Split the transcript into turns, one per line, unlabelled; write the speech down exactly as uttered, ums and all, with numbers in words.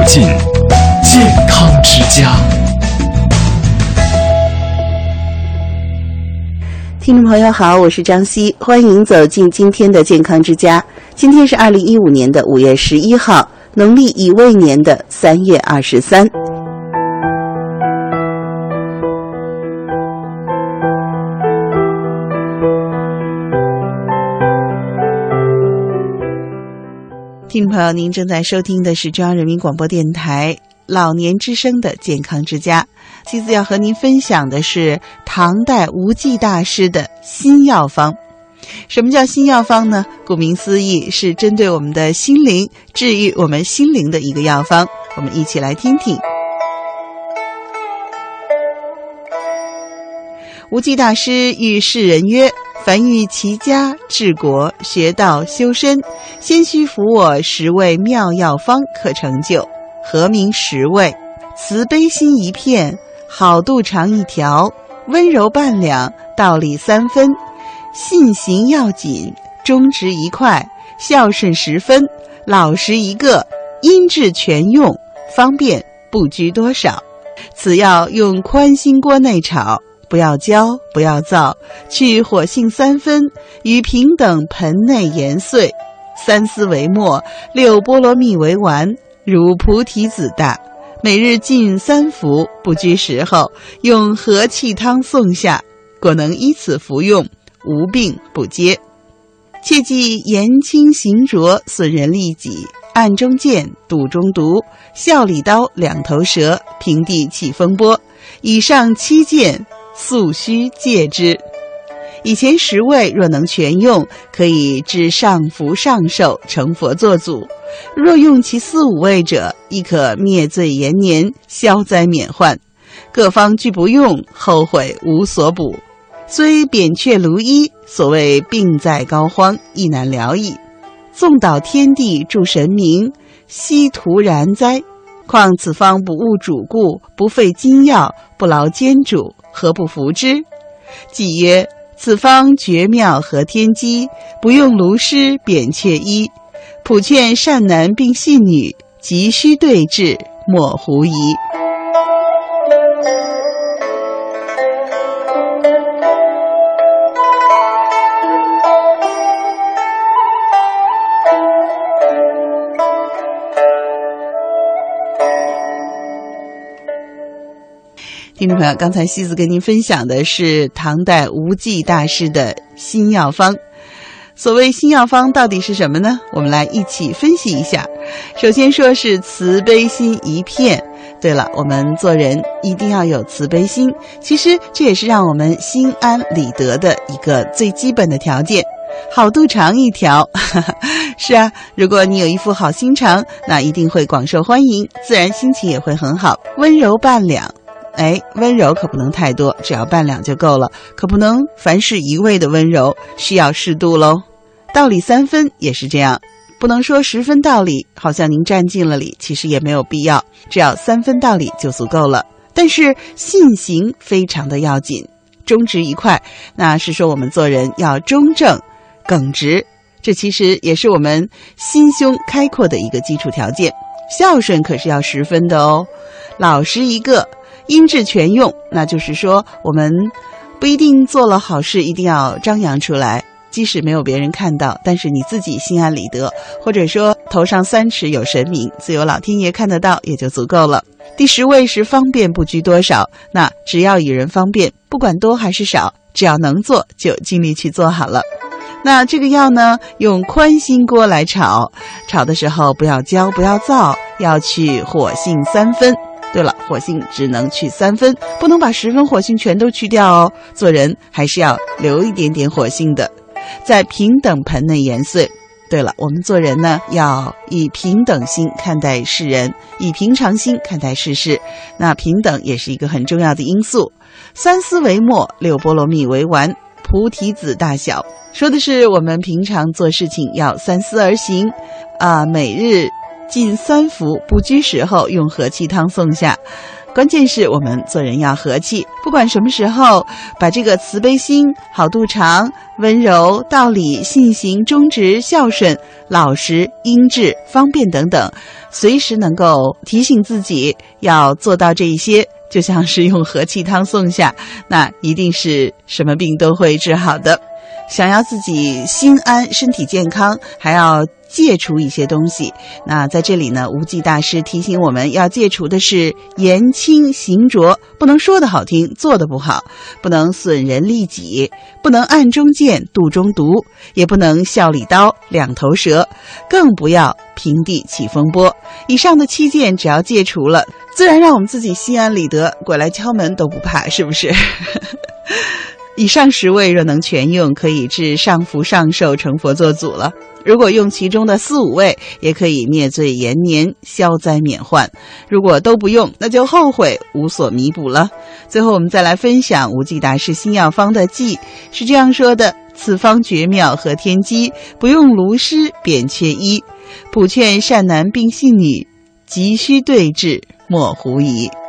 进健康之家。
听众朋友好，我是张希，欢迎走进今天的健康之家。今天是二零一五年的五月十一号，农历乙未年的三月二十三。听众朋友，您正在收听的是中央人民广播电台老年之声的健康之家。妻子要和您分享的是唐代无忌大师的心药方。什么叫心药方呢？顾名思义，是针对我们的心灵，治愈我们心灵的一个药方。我们一起来听听。无忌大师喻世人曰：凡欲齐家治国学道修身，先须服我十味妙药方可成就。何名十味？慈悲心一片，好度常一条，温柔半两，道理三分，信行要紧，忠直一块，孝顺十分，老实一个，因治全用，方便不拘多少。此药用宽心锅内炒，不要焦，不要燥，去火性三分，于平等盆内研碎，三丝为末，六菠萝蜜为丸，如菩提子大。每日进三服，不拘时候，用和气汤送下，果能依此服用，无病不接。切记言轻行浊，损人利己，暗中见，笃中毒，笑里刀，两头蛇，平地起风波。以上七件，速须戒之。以前十味若能全用，可以治上福上寿，成佛作祖。若用其四五味者，亦可灭罪延年，消灾免患。各方俱不用，后悔无所补。虽扁鹊卢医，所谓病在膏肓，亦难疗矣。纵导天地助神明，悉徒然哉。况此方不误主故，不费金药，不劳煎煮，何不服之？即曰：此方绝妙合天机，不用卢师扁鹊医。普劝善男并细女，急需对治，莫狐疑。听众朋友，刚才西子跟您分享的是唐代无忌大师的心药方。所谓心药方到底是什么呢？我们来一起分析一下。首先说是慈悲心一片。对了，我们做人一定要有慈悲心，其实这也是让我们心安理得的一个最基本的条件。好度长一条是啊，如果你有一副好心肠，那一定会广受欢迎，自然心情也会很好。温柔半两，哎，温柔可不能太多，只要半两就够了，可不能凡事一味的温柔，需要适度喽。道理三分也是这样，不能说十分道理，好像您占尽了理，其实也没有必要，只要三分道理就足够了。但是信行非常的要紧，忠直一块，那是说我们做人要中正耿直，这其实也是我们心胸开阔的一个基础条件。孝顺可是要十分的哦。老实一个，因治全用，那就是说我们不一定做了好事一定要张扬出来，即使没有别人看到，但是你自己心安理得，或者说头上三尺有神明，自有老天爷看得到也就足够了。第十位是方便不拘多少，那只要与人方便，不管多还是少，只要能做就尽力去做好了。那这个药呢，用宽心锅来炒，炒的时候不要焦不要燥，要去火性三分。对了，火性只能去三分，不能把十分火性全都去掉哦。做人还是要留一点点火性的。在平等盆内研碎。对了，我们做人呢，要以平等心看待世人，以平常心看待世事。那平等也是一个很重要的因素。三丝为末，六菠萝蜜为丸，菩提子大小，说的是我们平常做事情要三思而行啊、呃，每日进三伏，不拘时候用和气汤送下。关键是我们做人要和气，不管什么时候，把这个慈悲心、好肚肠、温柔、道理、信行、忠直、孝顺、老实、英智、方便等等，随时能够提醒自己要做到这一些，就像是用和气汤送下，那一定是什么病都会治好的。想要自己心安身体健康，还要戒除一些东西。那在这里呢，无忌大师提醒我们要戒除的是言轻行浊，不能说的好听，做的不好，不能损人利己，不能暗中剑肚中毒，也不能笑里刀两头蛇，更不要平地起风波。以上的七件只要戒除了，自然让我们自己心安理得，鬼来敲门都不怕，是不是？以上十味若能全用，可以治上福上寿，成佛做祖了。如果用其中的四五味，也可以灭罪延年，消灾免患。如果都不用，那就后悔无所弥补了。最后我们再来分享无忌大师新药方的剂，是这样说的：此方绝妙合天机，不用卢师扁鹊医，普劝善男病细女，急需对治莫狐疑。